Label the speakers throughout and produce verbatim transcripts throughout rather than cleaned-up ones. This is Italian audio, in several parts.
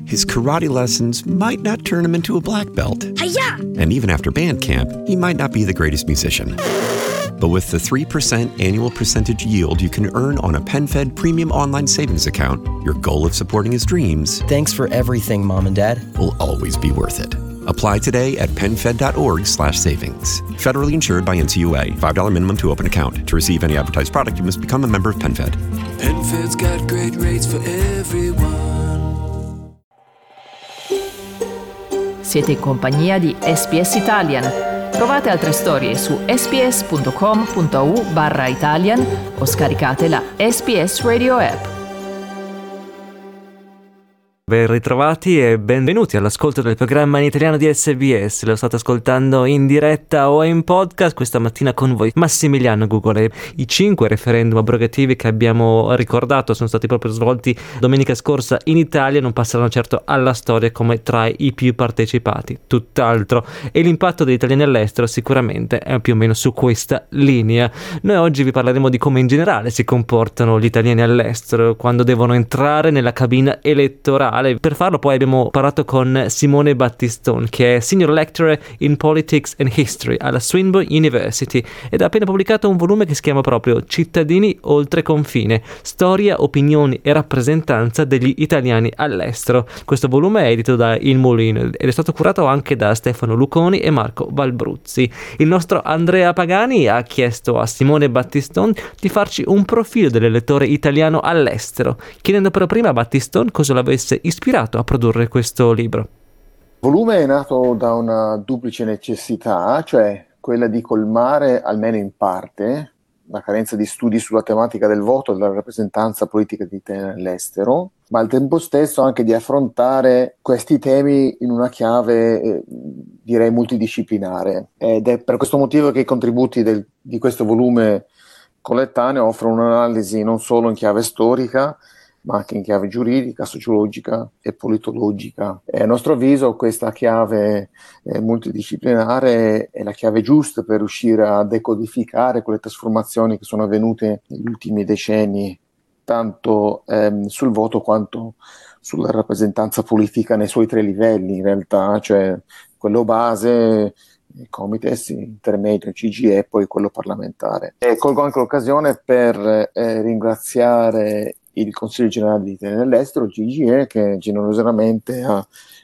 Speaker 1: his karate lessons might not turn him into a black belt. Hi-ya! And even after band camp, he might not be the greatest musician. But with the three percent annual percentage yield you can earn on a PenFed premium online savings account, your goal of supporting his dreams...
Speaker 2: Thanks for everything, Mom and Dad.
Speaker 1: ...will always be worth it. Apply today at PenFed.org slash savings. Federally insured by N C U A. five dollars minimum to open account. To receive any advertised product, you must become a member of PenFed.
Speaker 3: PenFed's got great rates for everyone.
Speaker 4: Siete in compagnia di S B S Italian. Trovate altre storie su sbs.com.au barra Italian o scaricate la S B S Radio app.
Speaker 5: Ben ritrovati e benvenuti all'ascolto del programma in italiano di S B S. Lo state ascoltando in diretta o in podcast questa mattina con voi Massimiliano Gugole. I cinque referendum abrogativi che abbiamo ricordato sono stati proprio svolti domenica scorsa in Italia, non passeranno certo alla storia come tra i più partecipati, tutt'altro, e l'impatto degli italiani all'estero sicuramente è più o meno su questa linea. Noi oggi vi parleremo di come in generale si comportano gli italiani all'estero quando devono entrare nella cabina elettorale. Per farlo poi abbiamo parlato con Simone Battistone, che è Senior Lecturer in Politics and History alla Swinburne University ed ha appena pubblicato un volume che si chiama proprio Cittadini oltre confine, storia, opinioni e rappresentanza degli italiani all'estero. Questo volume è edito da Il Mulino ed è stato curato anche da Stefano Luconi e Marco Valbruzzi. Il nostro Andrea Pagani ha chiesto a Simone Battistone di farci un profilo dell'elettore italiano all'estero, chiedendo però prima a Battistone cosa l'avesse ispirato a produrre questo libro.
Speaker 6: Il volume è nato da una duplice necessità, cioè quella di colmare almeno in parte la carenza di studi sulla tematica del voto e della rappresentanza politica di italiani all'estero, ma al tempo stesso anche di affrontare questi temi in una chiave eh, direi multidisciplinare. Ed è per questo motivo che i contributi del, di questo volume colettaneo offrono un'analisi non solo in chiave storica, ma anche in chiave giuridica, sociologica e politologica. E a nostro avviso questa chiave eh, multidisciplinare è la chiave giusta per riuscire a decodificare quelle trasformazioni che sono avvenute negli ultimi decenni, tanto ehm, sul voto quanto sulla rappresentanza politica nei suoi tre livelli, in realtà, cioè quello base, il Comites, intermedio, C G E e poi quello parlamentare. E colgo anche l'occasione per eh, ringraziare il Consiglio Generale di Italiani all'estero, il C G E, che generosamente ha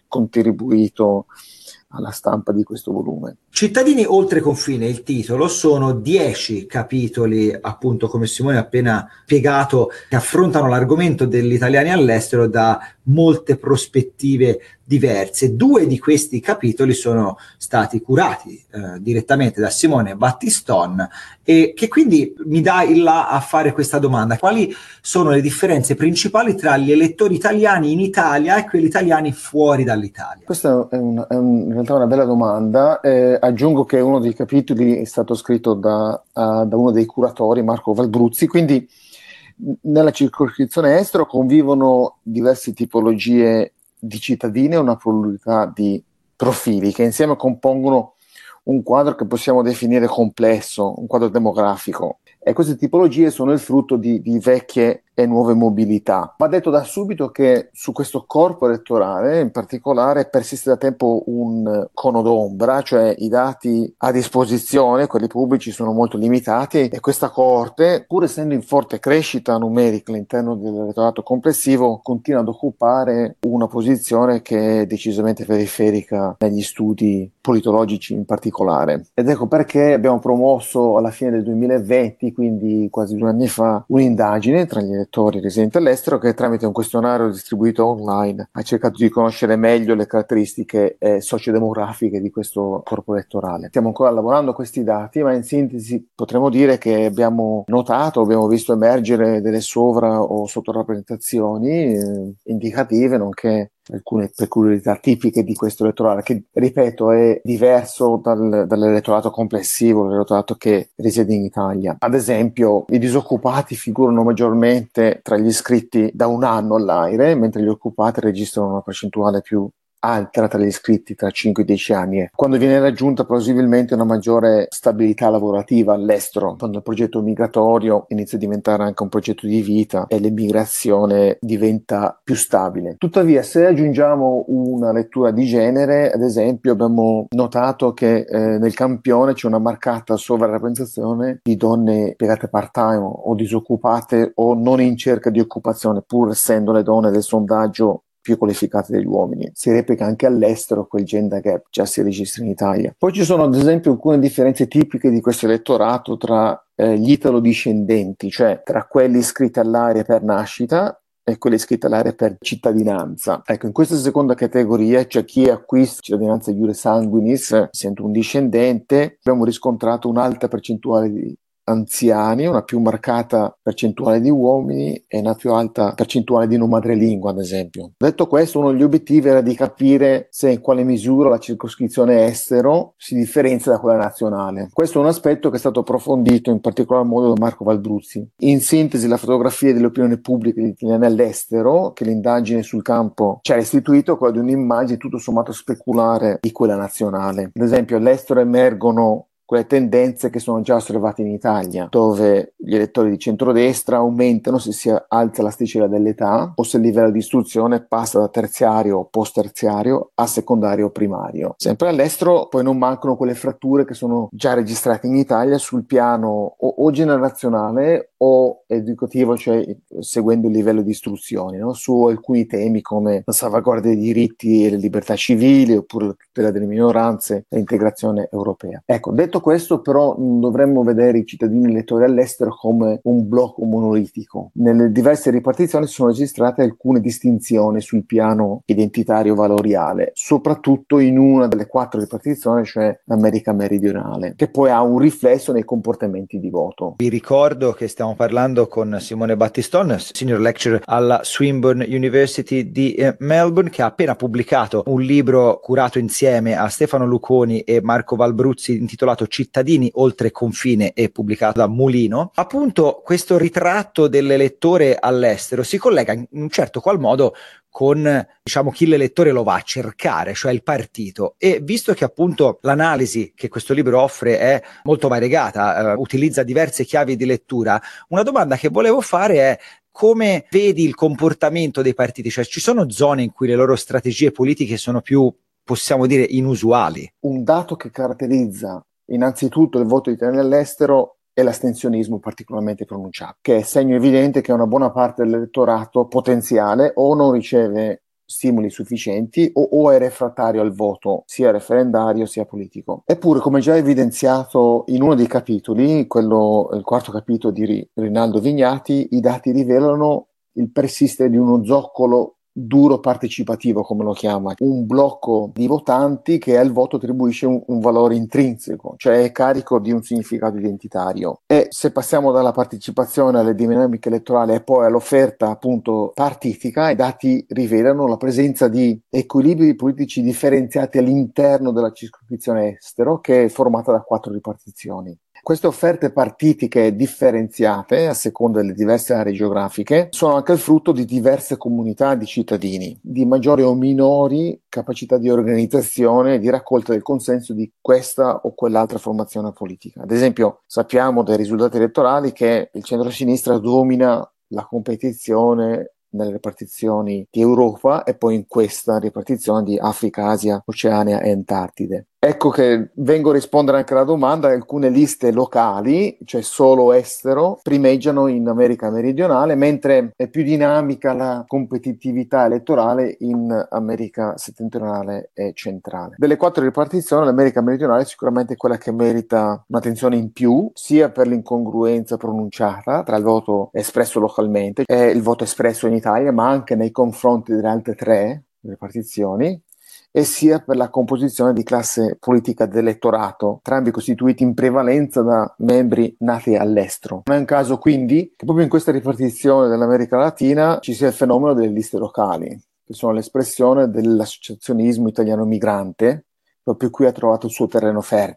Speaker 6: contribuito alla stampa di questo volume.
Speaker 7: Cittadini oltre confine, il titolo, sono dieci capitoli, appunto come Simone ha appena spiegato, che affrontano l'argomento degli italiani all'estero da molte prospettive diverse. Due di questi capitoli sono stati curati eh, direttamente da Simone Battistone e che quindi mi dà il là a fare questa domanda: quali sono le differenze principali tra gli elettori italiani in Italia e quelli italiani fuori dall'Italia?
Speaker 6: Questa è, un, è un, in realtà una bella domanda. Eh, aggiungo che uno dei capitoli è stato scritto da, uh, da uno dei curatori, Marco Valbruzzi, quindi nella circoscrizione estero convivono diverse tipologie di cittadini e una pluralità di profili che insieme compongono un quadro che possiamo definire complesso, un quadro demografico. E queste tipologie sono il frutto di, di vecchie e nuove mobilità. Va detto da subito che su questo corpo elettorale in particolare persiste da tempo un cono d'ombra, cioè i dati a disposizione, quelli pubblici, sono molto limitati e questa coorte, pur essendo in forte crescita numerica all'interno dell'elettorato complessivo, continua ad occupare una posizione che è decisamente periferica negli studi politologici in particolare. Ed ecco perché abbiamo promosso alla fine del duemilaventi, quindi quasi due anni fa, un'indagine tra gli elettori residenti all'estero che tramite un questionario distribuito online ha cercato di conoscere meglio le caratteristiche eh, sociodemografiche di questo corpo elettorale. Stiamo ancora lavorando a questi dati, ma in sintesi potremmo dire che abbiamo notato, abbiamo visto emergere delle sovra- o sottorappresentazioni eh, indicative, nonché alcune peculiarità tipiche di questo elettorato, che ripeto è diverso dal, dall'elettorato complessivo, l'elettorato che risiede in Italia. Ad esempio, i disoccupati figurano maggiormente tra gli iscritti da un anno all'AIRE, mentre gli occupati registrano una percentuale più alta tra gli iscritti tra cinque e dieci anni. Quando viene raggiunta plausibilmente una maggiore stabilità lavorativa all'estero, quando il progetto migratorio inizia a diventare anche un progetto di vita e l'immigrazione diventa più stabile. Tuttavia, se aggiungiamo una lettura di genere, ad esempio, abbiamo notato che eh, nel campione c'è una marcata sovrarappresentazione di donne impiegate part-time o disoccupate o non in cerca di occupazione, pur essendo le donne del sondaggio più qualificate degli uomini. Si replica anche all'estero quel gender gap, già si registra in Italia. Poi ci sono ad esempio alcune differenze tipiche di questo elettorato tra eh, gli italo-discendenti, cioè tra quelli iscritti all'area per nascita e quelli iscritti all'area per cittadinanza. Ecco, in questa seconda categoria c'è chi acquista cittadinanza iure sanguinis, essendo un discendente. Abbiamo riscontrato un'alta percentuale di anziani, una più marcata percentuale di uomini e una più alta percentuale di non madrelingua, ad esempio. Detto questo, uno degli obiettivi era di capire se in quale misura la circoscrizione estero si differenzia da quella nazionale. Questo è un aspetto che è stato approfondito in particolar modo da Marco Valbruzzi. In sintesi, la fotografia dell'opinione pubblica degli italiani all'estero, che l'indagine sul campo ci ha restituito, è quella di un'immagine tutto sommato speculare di quella nazionale. Ad esempio, all'estero emergono quelle tendenze che sono già osservate in Italia, dove gli elettori di centrodestra aumentano se si alza l'asticella dell'età o se il livello di istruzione passa da terziario o post terziario a secondario o primario. Sempre all'estero poi non mancano quelle fratture che sono già registrate in Italia sul piano o, o generazionale o educativo, cioè seguendo il livello di istruzione, no? Su alcuni temi come la salvaguardia dei diritti e le libertà civili oppure la tutela delle minoranze e l'integrazione europea. Ecco, detto questo, però non dovremmo vedere i cittadini elettori all'estero come un blocco monolitico. Nelle diverse ripartizioni sono registrate alcune distinzioni sul piano identitario valoriale, soprattutto in una delle quattro ripartizioni, cioè l'America meridionale, che poi ha un riflesso nei comportamenti di voto.
Speaker 7: Vi ricordo che stiamo parlando con Simone Battiston, senior lecturer alla Swinburne University di eh, Melbourne, che ha appena pubblicato un libro curato insieme a Stefano Luconi e Marco Valbruzzi intitolato Cittadini oltre confine e pubblicato da Mulino. Appunto, questo ritratto dell'elettore all'estero si collega in un certo qual modo con, diciamo, chi l'elettore lo va a cercare, cioè il partito. E visto che appunto l'analisi che questo libro offre è molto variegata, eh, utilizza diverse chiavi di lettura, una domanda che volevo fare è: come vedi il comportamento dei partiti? Cioè, ci sono zone in cui le loro strategie politiche sono più, possiamo dire, inusuali?
Speaker 6: Un dato che caratterizza innanzitutto il voto italiano all'estero è l'astensionismo particolarmente pronunciato, che è segno evidente che una buona parte dell'elettorato potenziale o non riceve stimoli sufficienti o, o è refrattario al voto sia referendario sia politico. Eppure, come già evidenziato in uno dei capitoli, quello il quarto capitolo di Rinaldo Vignati, i dati rivelano il persistere di uno zoccolo duro partecipativo, come lo chiama, un blocco di votanti che al voto attribuisce un, un valore intrinseco, cioè è carico di un significato identitario. E se passiamo dalla partecipazione alle dinamiche elettorali e poi all'offerta appunto partitica, i dati rivelano la presenza di equilibri politici differenziati all'interno della circoscrizione estero, che è formata da quattro ripartizioni. Queste offerte partitiche differenziate a seconda delle diverse aree geografiche sono anche il frutto di diverse comunità di cittadini, di maggiori o minori capacità di organizzazione e di raccolta del consenso di questa o quell'altra formazione politica. Ad esempio, sappiamo dai risultati elettorali che il centro-sinistra domina la competizione nelle ripartizioni di Europa e poi in questa ripartizione di Africa, Asia, Oceania e Antartide. Ecco che vengo a rispondere anche alla domanda: alcune liste locali, cioè solo estero, primeggiano in America meridionale, mentre è più dinamica la competitività elettorale in America settentrionale e centrale. Delle quattro ripartizioni, l'America meridionale è sicuramente quella che merita un'attenzione in più, sia per l'incongruenza pronunciata tra il voto espresso localmente e il voto espresso in Italia, ma anche nei confronti delle altre tre ripartizioni, e sia per la composizione di classe politica dell'elettorato, entrambi costituiti in prevalenza da membri nati all'estero. Non è un caso quindi che proprio in questa ripartizione dell'America Latina ci sia il fenomeno delle liste locali, che sono l'espressione dell'associazionismo italiano migrante, proprio qui ha trovato il suo terreno fertile.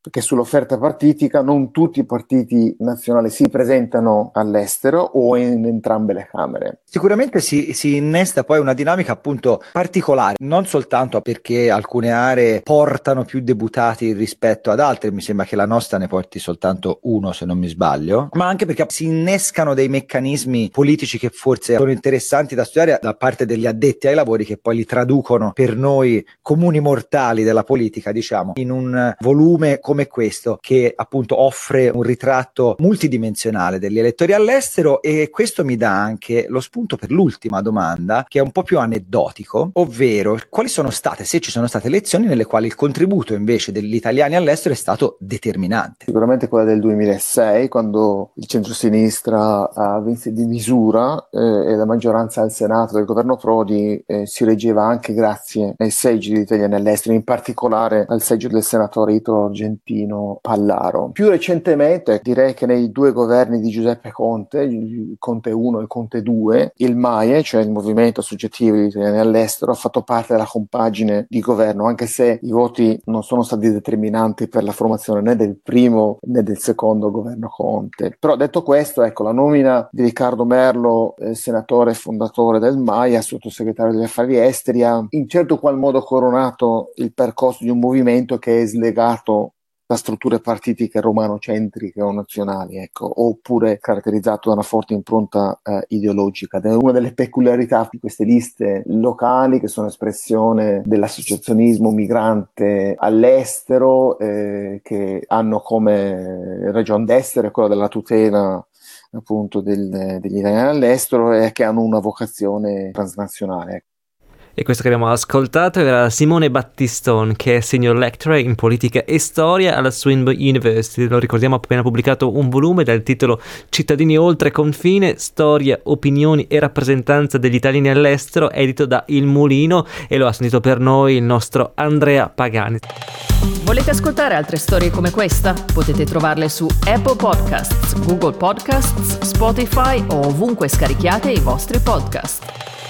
Speaker 6: perché sull'offerta partitica non tutti i partiti nazionali si presentano all'estero o in entrambe le Camere.
Speaker 7: Sicuramente si, si innesta poi una dinamica appunto particolare, non soltanto perché alcune aree portano più deputati rispetto ad altre, mi sembra che la nostra ne porti soltanto uno se non mi sbaglio, ma anche perché si innescano dei meccanismi politici che forse sono interessanti da studiare da parte degli addetti ai lavori, che poi li traducono per noi comuni mortali della politica, diciamo, in un volume come questo che appunto offre un ritratto multidimensionale degli elettori all'estero. E questo mi dà anche lo spunto per l'ultima domanda, che è un po' più aneddotico, ovvero quali sono state, se ci sono state elezioni nelle quali il contributo invece degli italiani all'estero è stato determinante.
Speaker 6: Sicuramente quella del duemilasei, quando il centrosinistra uh, vinse di misura eh, e la maggioranza al Senato del governo Prodi eh, si reggeva anche grazie ai seggi degli italiani all'estero, in particolare al seggio del senatore italo-argentino Pallaro. Più recentemente, direi che nei due governi di Giuseppe Conte, il Conte uno e il Conte due, il MAIE, cioè il Movimento Associativo degli Italiani all'Estero, ha fatto parte della compagine di governo, anche se i voti non sono stati determinanti per la formazione né del primo né del secondo governo Conte. Però detto questo, ecco, la nomina di Riccardo Merlo, eh, senatore fondatore del MAIE, sottosegretario degli affari esteri, ha in certo qual modo coronato il percorso di un movimento che è slegato da strutture partitiche romanocentriche o nazionali, ecco, oppure caratterizzato da una forte impronta eh, ideologica. Ed è una delle peculiarità di queste liste locali, che sono espressione dell'associazionismo migrante all'estero, eh, che hanno come ragion d'essere quella della tutela appunto del, degli italiani all'estero, e che hanno una vocazione transnazionale.
Speaker 5: E questo che abbiamo ascoltato era Simone Battistone, che è Senior Lecturer in Politica e Storia alla Swinburne University. Lo ricordiamo, ha appena pubblicato un volume dal titolo Cittadini oltre confine, storia, opinioni e rappresentanza degli italiani all'estero, edito da Il Mulino, e lo ha sentito per noi il nostro Andrea Pagani.
Speaker 4: Volete ascoltare altre storie come questa? Potete trovarle su Apple Podcasts, Google Podcasts, Spotify o ovunque scarichiate i vostri podcast.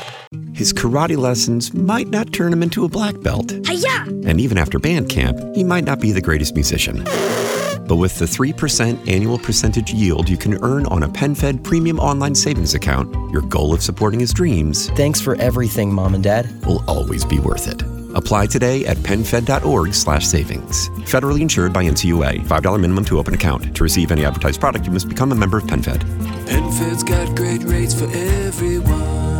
Speaker 1: His karate lessons might not turn him into a black belt. Hi-ya! And even after band camp, he might not be the greatest musician. But with the three percent annual percentage yield you can earn on a PenFed premium online savings account, your goal of supporting his dreams...
Speaker 2: Thanks for everything, Mom and Dad.
Speaker 1: ...will always be worth it. Apply today at penfed.org slash savings. Federally insured by N C U A. five dollars minimum to open account. To receive any advertised product, you must become a member of PenFed.
Speaker 3: PenFed's got great rates for everyone.